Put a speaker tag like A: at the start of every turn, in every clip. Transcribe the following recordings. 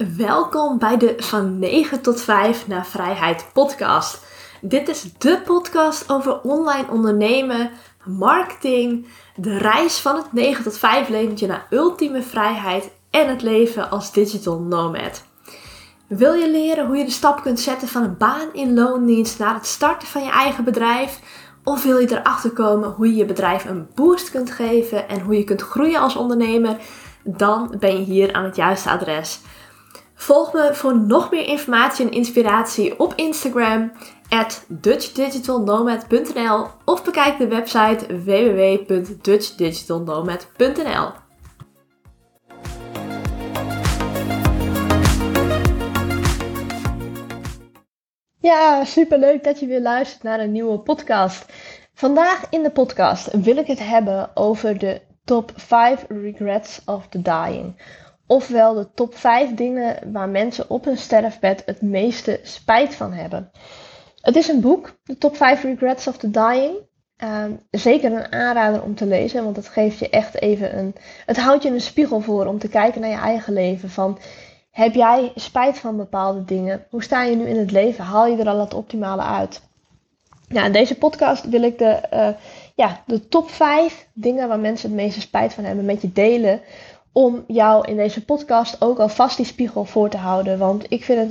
A: Welkom bij de Van 9 tot 5 naar Vrijheid podcast. Dit is de podcast over online ondernemen, marketing, de reis van het 9 tot 5 leventje naar ultieme vrijheid en het leven als digital nomad. Wil je leren hoe je de stap kunt zetten van een baan in loondienst naar het starten van je eigen bedrijf? Of wil je erachter komen hoe je je bedrijf een boost kunt geven en hoe je kunt groeien als ondernemer? Dan ben je hier aan het juiste adres. Volg me voor nog meer informatie en inspiratie op Instagram @dutchdigitalnomad.nl of bekijk de website www.dutchdigitalnomad.nl. Ja, superleuk dat je weer luistert naar een nieuwe podcast. Vandaag in de podcast wil ik het hebben over de top 5 regrets of the dying. Ofwel de top 5 dingen waar mensen op hun sterfbed het meeste spijt van hebben. Het is een boek, de top 5 regrets of the dying. Zeker een aanrader om te lezen, want het geeft je echt even het houdt je een spiegel voor om te kijken naar je eigen leven. Van, heb jij spijt van bepaalde dingen? Hoe sta je nu in het leven? Haal je er al het optimale uit? Nou, in deze podcast wil ik de top 5 dingen waar mensen het meeste spijt van hebben met je delen. Om jou in deze podcast ook alvast die spiegel voor te houden. Want ik vind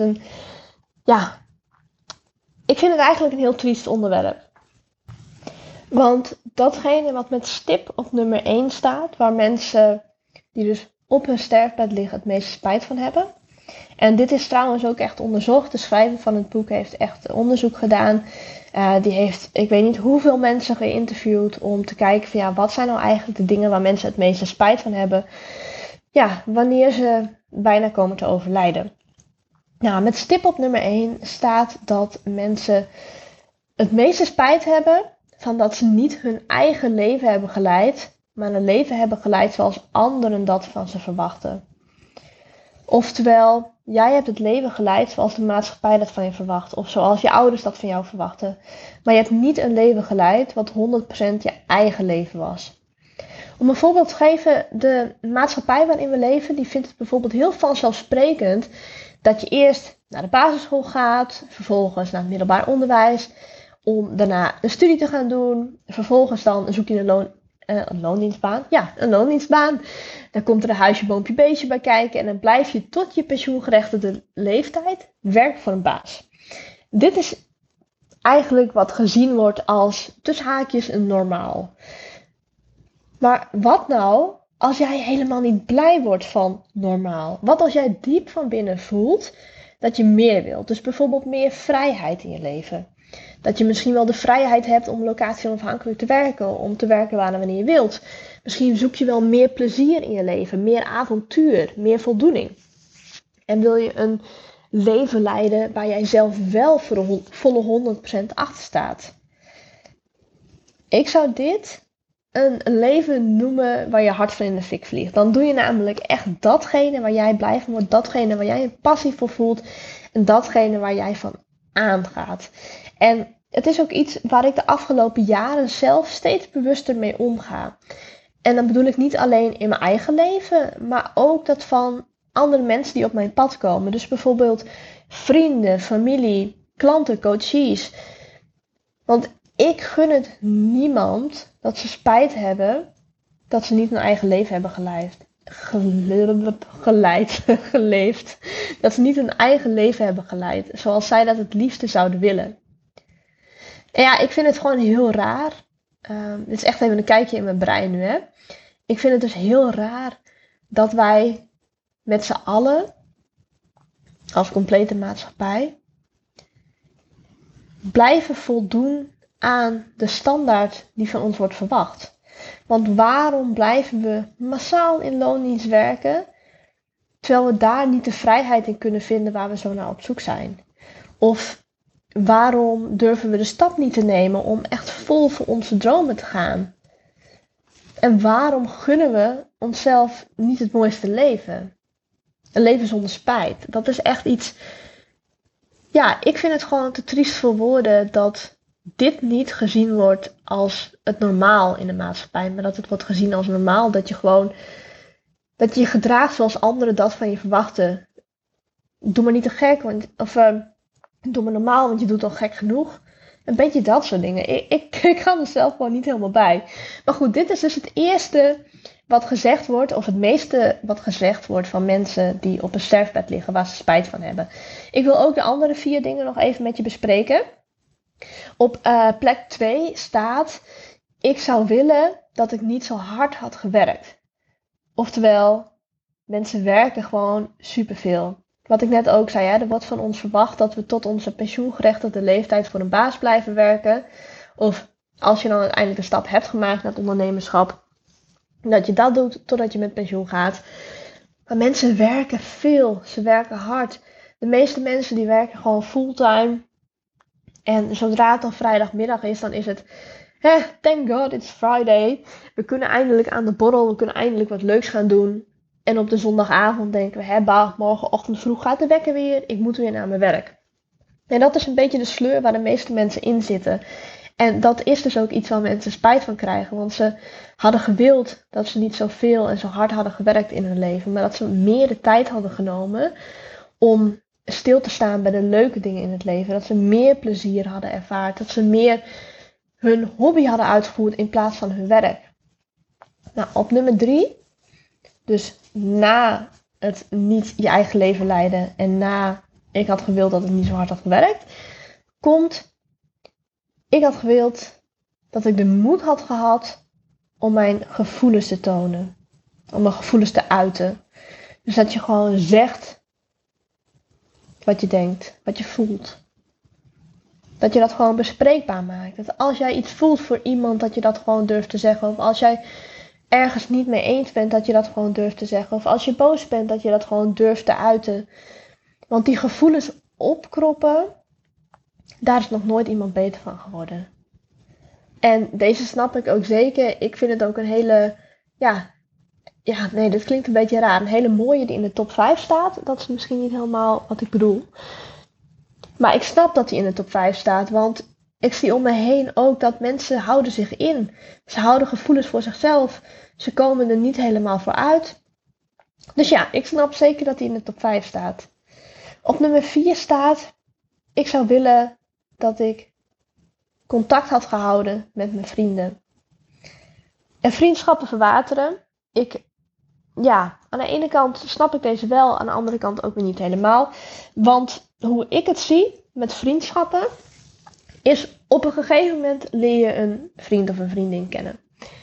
A: het eigenlijk een heel triest onderwerp. Want datgene wat met stip op nummer 1 staat, waar mensen die dus op hun sterfbed liggen het meeste spijt van hebben. En dit is trouwens ook echt onderzocht. De schrijver van het boek heeft echt onderzoek gedaan. Die heeft, ik weet niet hoeveel mensen geïnterviewd om te kijken van wat zijn nou eigenlijk de dingen waar mensen het meeste spijt van hebben. Ja, wanneer ze bijna komen te overlijden. Nou, met stip op nummer 1 staat dat mensen het meeste spijt hebben van dat ze niet hun eigen leven hebben geleid, maar een leven hebben geleid zoals anderen dat van ze verwachten. Oftewel, jij hebt het leven geleid zoals de maatschappij dat van je verwacht, of zoals je ouders dat van jou verwachten. Maar je hebt niet een leven geleid wat 100% je eigen leven was. Om een voorbeeld te geven, de maatschappij waarin we leven, die vindt het bijvoorbeeld heel vanzelfsprekend dat je eerst naar de basisschool gaat, vervolgens naar het middelbaar onderwijs, om daarna een studie te gaan doen. Vervolgens dan zoek je een loondienstbaan. Ja, een loondienstbaan. Dan komt er een huisje, boompje, beestje bij kijken en dan blijf je tot je pensioengerechtigde leeftijd werken voor een baas. Dit is eigenlijk wat gezien wordt als tussen haakjes een normaal. Maar wat nou als jij helemaal niet blij wordt van normaal? Wat als jij diep van binnen voelt dat je meer wilt? Dus bijvoorbeeld meer vrijheid in je leven. Dat je misschien wel de vrijheid hebt om locatie onafhankelijk te werken. Om te werken waar en wanneer je wilt. Misschien zoek je wel meer plezier in je leven. Meer avontuur. Meer voldoening. En wil je een leven leiden waar jij zelf wel voor de volle 100% achter staat. Ik zou dit een leven noemen waar je hart van in de fik vliegt. Dan doe je namelijk echt datgene waar jij blij van wordt. Datgene waar jij een passie voor voelt. En datgene waar jij van aangaat. En het is ook iets waar ik de afgelopen jaren zelf steeds bewuster mee omga. En dan bedoel ik niet alleen in mijn eigen leven, maar ook dat van andere mensen die op mijn pad komen. Dus bijvoorbeeld vrienden, familie, klanten, coaches. Want ik gun het niemand dat ze spijt hebben dat ze niet hun eigen leven hebben geleefd. Dat ze niet hun eigen leven hebben geleid zoals zij dat het liefste zouden willen. En ja, ik vind het gewoon heel raar. Dit is echt even een kijkje in mijn brein nu, hè. Ik vind het dus heel raar dat wij met z'n allen, als complete maatschappij, blijven voldoen aan de standaard die van ons wordt verwacht. Want waarom blijven we massaal in loondienst werken, terwijl we daar niet de vrijheid in kunnen vinden waar we zo naar op zoek zijn? Of waarom durven we de stap niet te nemen om echt vol voor onze dromen te gaan? En waarom gunnen we onszelf niet het mooiste leven? Een leven zonder spijt. Dat is echt iets. Ja, ik vind het gewoon te triest voor woorden dat dit niet gezien wordt als het normaal in de maatschappij. Maar dat het wordt gezien als normaal. Dat je je gedraagt zoals anderen dat van je verwachten. doe maar niet te gek, doe maar normaal, want je doet al gek genoeg. Een beetje dat soort dingen. Ik kan er zelf gewoon niet helemaal bij. Maar goed, dit is dus het eerste wat gezegd wordt, of het meeste wat gezegd wordt van mensen die op een sterfbed liggen waar ze spijt van hebben. Ik wil ook de andere 4 dingen nog even met je bespreken. Op plek 2 staat: ik zou willen dat ik niet zo hard had gewerkt. Oftewel, mensen werken gewoon superveel. Wat ik net ook zei, er wordt van ons verwacht dat we tot onze pensioengerechtigde leeftijd voor een baas blijven werken. Of als je dan uiteindelijk een stap hebt gemaakt naar het ondernemerschap, dat je dat doet totdat je met pensioen gaat. Maar mensen werken veel, ze werken hard. De meeste mensen die werken gewoon fulltime. En zodra het dan vrijdagmiddag is, dan is het: thank God it's Friday. We kunnen eindelijk aan de borrel, we kunnen eindelijk wat leuks gaan doen. En op de zondagavond denken we: morgenochtend vroeg gaat de wekker weer, ik moet weer naar mijn werk. En dat is een beetje de sleur waar de meeste mensen in zitten. En dat is dus ook iets waar mensen spijt van krijgen. Want ze hadden gewild dat ze niet zoveel en zo hard hadden gewerkt in hun leven. Maar dat ze meer de tijd hadden genomen om stil te staan bij de leuke dingen in het leven. Dat ze meer plezier hadden ervaard. Dat ze meer hun hobby hadden uitgevoerd in plaats van hun werk. Nou, op nummer 3. Dus na het niet je eigen leven leiden en na ik had gewild dat ik niet zo hard had gewerkt, komt: ik had gewild dat ik de moed had gehad om mijn gevoelens te tonen. Om mijn gevoelens te uiten. Dus dat je gewoon zegt wat je denkt, wat je voelt. Dat je dat gewoon bespreekbaar maakt. Dat als jij iets voelt voor iemand, dat je dat gewoon durft te zeggen. Of als jij ergens niet mee eens bent, dat je dat gewoon durft te zeggen. Of als je boos bent, dat je dat gewoon durft te uiten. Want die gevoelens opkroppen, daar is nog nooit iemand beter van geworden. En deze snap ik ook zeker. Ik vind het ook een hele, dit klinkt een beetje raar. Een hele mooie die in de top 5 staat. Dat is misschien niet helemaal wat ik bedoel. Maar ik snap dat die in de top 5 staat. Want ik zie om me heen ook dat mensen houden zich in. Ze houden gevoelens voor zichzelf. Ze komen er niet helemaal voor uit. Dus ja, ik snap zeker dat die in de top 5 staat. Op nummer 4 staat: ik zou willen dat ik contact had gehouden met mijn vrienden. En vriendschappen verwateren. Aan de ene kant snap ik deze wel, aan de andere kant ook weer niet helemaal. Want hoe ik het zie met vriendschappen, is op een gegeven moment leer je een vriend of een vriendin kennen.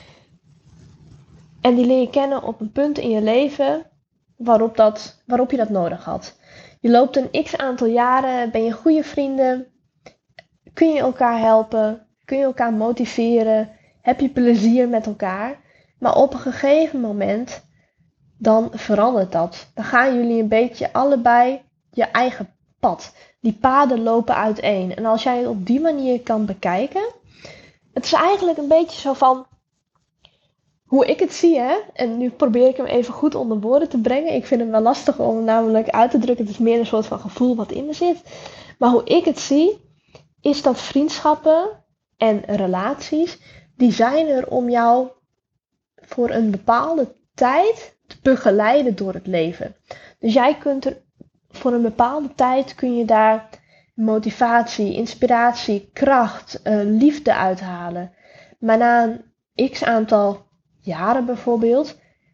A: En die leer je kennen op een punt in je leven waarop je dat nodig had. Je loopt een x-aantal jaren, ben je goede vrienden, kun je elkaar helpen, kun je elkaar motiveren, heb je plezier met elkaar. Maar op een gegeven moment, dan verandert dat. Dan gaan jullie een beetje allebei je eigen pad. Die paden lopen uiteen. En als jij het op die manier kan bekijken, het is eigenlijk een beetje zo van hoe ik het zie, en nu probeer ik hem even goed onder woorden te brengen. Ik vind hem wel lastig om namelijk uit te drukken. Het is meer een soort van gevoel wat in me zit. Maar hoe ik het zie, is dat vriendschappen en relaties, die zijn er om jou voor een bepaalde tijd te begeleiden door het leven. Dus jij kunt er voor een bepaalde tijd, kun je daar motivatie, inspiratie, kracht, liefde uithalen. Maar na een x-aantal jaren bijvoorbeeld,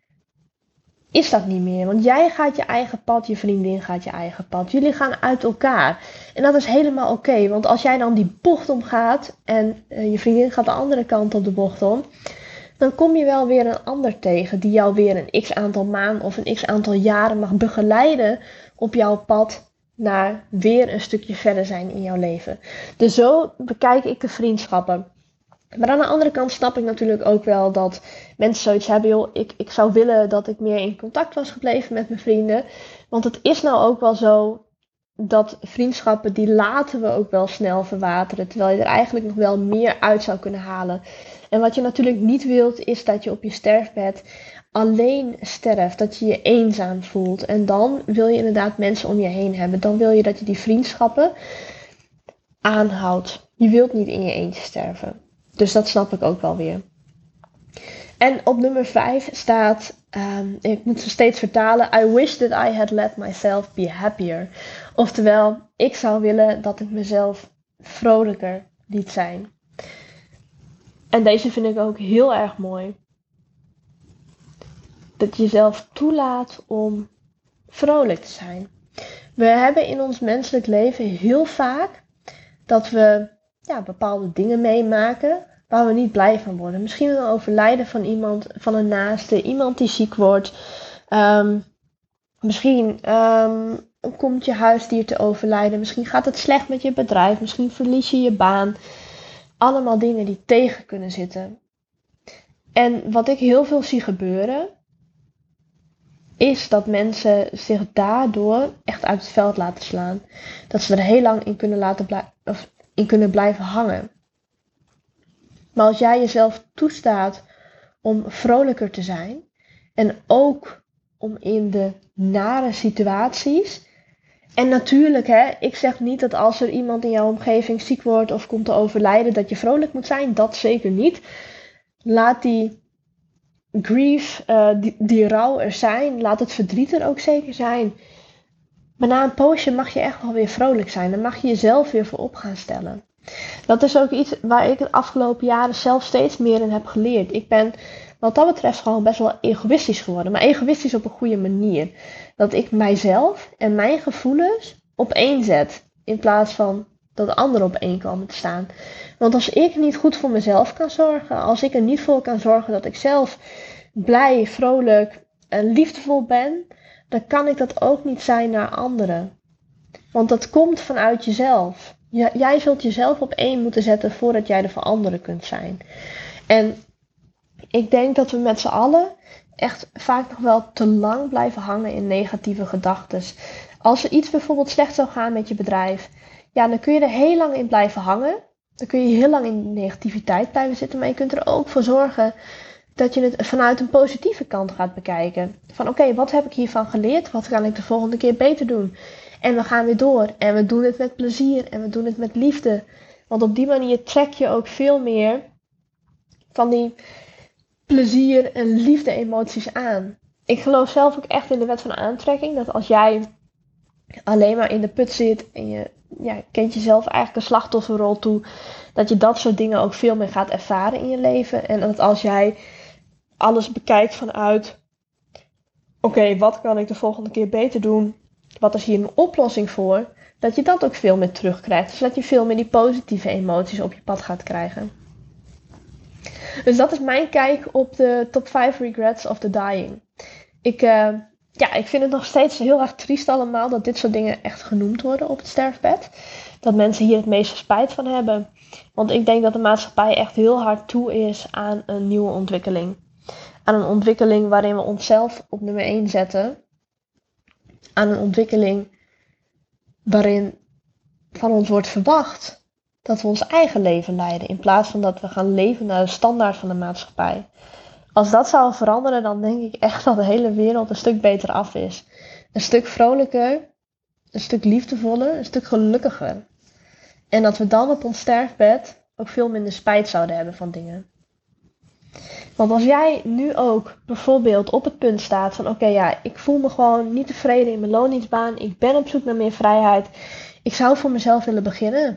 A: is dat niet meer. Want jij gaat je eigen pad, je vriendin gaat je eigen pad. Jullie gaan uit elkaar. En dat is helemaal oké. Want als jij dan die bocht omgaat en je vriendin gaat de andere kant op de bocht om, dan kom je wel weer een ander tegen die jou weer een x-aantal maanden of een x-aantal jaren mag begeleiden op jouw pad naar weer een stukje verder zijn in jouw leven. Dus zo bekijk ik de vriendschappen. Maar aan de andere kant snap ik natuurlijk ook wel dat mensen zoiets hebben, joh, ik zou willen dat ik meer in contact was gebleven met mijn vrienden. Want het is nou ook wel zo dat vriendschappen, die laten we ook wel snel verwateren. Terwijl je er eigenlijk nog wel meer uit zou kunnen halen. En wat je natuurlijk niet wilt, is dat je op je sterfbed alleen sterft. Dat je je eenzaam voelt. En dan wil je inderdaad mensen om je heen hebben. Dan wil je dat je die vriendschappen aanhoudt. Je wilt niet in je eentje sterven. Dus dat snap ik ook wel weer. En op nummer 5 staat: Ik moet ze steeds vertalen. I wish that I had let myself be happier. Oftewel, ik zou willen dat ik mezelf vrolijker liet zijn. En deze vind ik ook heel erg mooi. Dat je jezelf toelaat om vrolijk te zijn. We hebben in ons menselijk leven heel vaak dat we bepaalde dingen meemaken waar we niet blij van worden. Misschien een overlijden van iemand, van een naaste, iemand die ziek wordt. Misschien komt je huisdier te overlijden. Misschien gaat het slecht met je bedrijf. Misschien verlies je je baan. Allemaal dingen die tegen kunnen zitten. En wat ik heel veel zie gebeuren, is dat mensen zich daardoor echt uit het veld laten slaan. Dat ze er heel lang in kunnen blijven hangen. Maar als jij jezelf toestaat om vrolijker te zijn en ook om in de nare situaties. En natuurlijk, ik zeg niet dat als er iemand in jouw omgeving ziek wordt of komt te overlijden, dat je vrolijk moet zijn. Dat zeker niet. Laat die grief, die rouw er zijn. Laat het verdriet er ook zeker zijn. Maar na een poosje mag je echt wel weer vrolijk zijn. Dan mag je jezelf weer voor op gaan stellen. Dat is ook iets waar ik de afgelopen jaren zelf steeds meer in heb geleerd. Ik ben wat dat betreft gewoon best wel egoïstisch geworden. Maar egoïstisch op een goede manier. Dat ik mijzelf en mijn gevoelens op één zet. In plaats van dat anderen op één komen te staan. Want als ik niet goed voor mezelf kan zorgen. Als ik er niet voor kan zorgen dat ik zelf blij, vrolijk en liefdevol ben. Dan kan ik dat ook niet zijn naar anderen. Want dat komt vanuit jezelf. Jij zult jezelf op één moeten zetten voordat jij er voor anderen kunt zijn. En ik denk dat we met z'n allen echt vaak nog wel te lang blijven hangen in negatieve gedachten. Als er iets bijvoorbeeld slecht zou gaan met je bedrijf, dan kun je er heel lang in blijven hangen. Dan kun je heel lang in negativiteit blijven zitten. Maar je kunt er ook voor zorgen dat je het vanuit een positieve kant gaat bekijken. Van oké, wat heb ik hiervan geleerd? Wat kan ik de volgende keer beter doen? En we gaan weer door. En we doen het met plezier. En we doen het met liefde. Want op die manier trek je ook veel meer van die plezier en liefde emoties aan. Ik geloof zelf ook echt in de wet van aantrekking. Dat als jij alleen maar in de put zit en je kent jezelf eigenlijk een slachtofferrol toe. Dat je dat soort dingen ook veel meer gaat ervaren in je leven. En dat als jij alles bekijkt vanuit oké, wat kan ik de volgende keer beter doen? Wat is hier een oplossing voor? Dat je dat ook veel meer terugkrijgt. Dus dat je veel meer die positieve emoties op je pad gaat krijgen. Dus dat is mijn kijk op de top 5 regrets of the dying. Ik vind het nog steeds heel erg triest allemaal dat dit soort dingen echt genoemd worden op het sterfbed. Dat mensen hier het meeste spijt van hebben. Want ik denk dat de maatschappij echt heel hard toe is aan een nieuwe ontwikkeling. Aan een ontwikkeling waarin we onszelf op nummer 1 zetten. Aan een ontwikkeling waarin van ons wordt verwacht dat we ons eigen leven leiden. In plaats van dat we gaan leven naar de standaard van de maatschappij. Als dat zou veranderen, dan denk ik echt dat de hele wereld een stuk beter af is. Een stuk vrolijker, een stuk liefdevoller, een stuk gelukkiger. En dat we dan op ons sterfbed ook veel minder spijt zouden hebben van dingen. Want als jij nu ook bijvoorbeeld op het punt staat van ik voel me gewoon niet tevreden in mijn loondienstbaan. Ik ben op zoek naar meer vrijheid. Ik zou voor mezelf willen beginnen.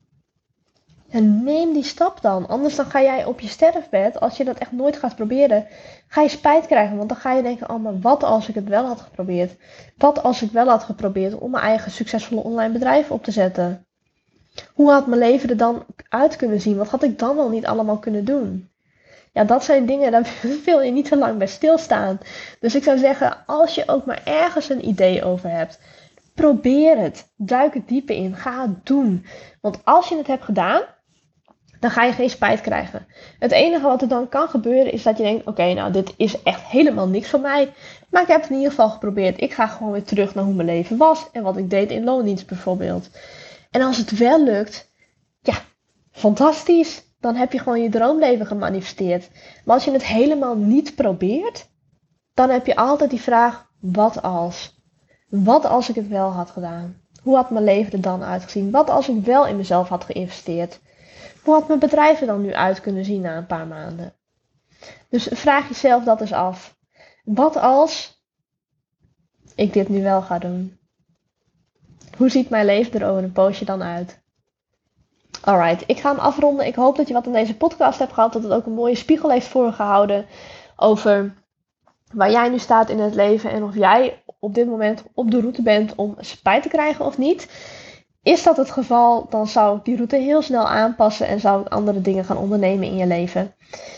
A: En neem die stap dan. Anders dan ga jij op je sterfbed, als je dat echt nooit gaat proberen, ga je spijt krijgen. Want dan ga je denken, maar wat als ik het wel had geprobeerd? Wat als ik wel had geprobeerd om mijn eigen succesvolle online bedrijf op te zetten? Hoe had mijn leven er dan uit kunnen zien? Wat had ik dan wel niet allemaal kunnen doen? Ja, dat zijn dingen, daar wil je niet te lang bij stilstaan. Dus ik zou zeggen, als je ook maar ergens een idee over hebt, probeer het. Duik het diepe in. Ga het doen. Want als je het hebt gedaan, dan ga je geen spijt krijgen. Het enige wat er dan kan gebeuren is dat je denkt, dit is echt helemaal niks voor mij. Maar ik heb het in ieder geval geprobeerd. Ik ga gewoon weer terug naar hoe mijn leven was en wat ik deed in loondienst bijvoorbeeld. En als het wel lukt, fantastisch. Dan heb je gewoon je droomleven gemanifesteerd. Maar als je het helemaal niet probeert, dan heb je altijd die vraag, wat als? Wat als ik het wel had gedaan? Hoe had mijn leven er dan uitgezien? Wat als ik wel in mezelf had geïnvesteerd? Hoe had mijn bedrijf er dan nu uit kunnen zien na een paar maanden? Dus vraag jezelf dat eens af. Wat als ik dit nu wel ga doen? Hoe ziet mijn leven er over een poosje dan uit? Alright, ik ga hem afronden. Ik hoop dat je wat aan deze podcast hebt gehad. Dat het ook een mooie spiegel heeft voorgehouden over waar jij nu staat in het leven. En of jij op dit moment op de route bent om spijt te krijgen of niet. Is dat het geval, dan zou ik die route heel snel aanpassen en zou ik andere dingen gaan ondernemen in je leven.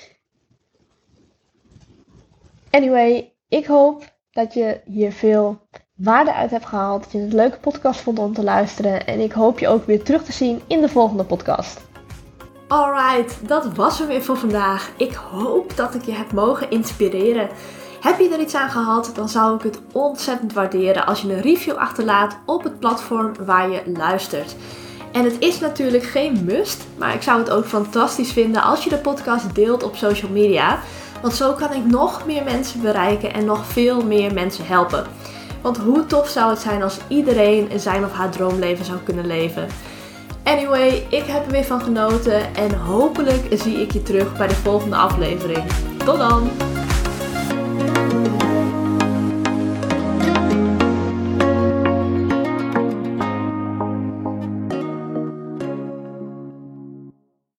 A: Anyway, ik hoop dat je hier veel waarde uit hebt gehaald. Dat je het een leuke podcast vond om te luisteren. En ik hoop je ook weer terug te zien in de volgende podcast. Alright, dat was hem weer voor vandaag. Ik hoop dat ik je heb mogen inspireren. Heb je er iets aan gehad, dan zou ik het ontzettend waarderen als je een review achterlaat op het platform waar je luistert. En het is natuurlijk geen must, maar ik zou het ook fantastisch vinden als je de podcast deelt op social media. Want zo kan ik nog meer mensen bereiken en nog veel meer mensen helpen. Want hoe tof zou het zijn als iedereen zijn of haar droomleven zou kunnen leven. Anyway, ik heb er weer van genoten en hopelijk zie ik je terug bij de volgende aflevering. Tot dan!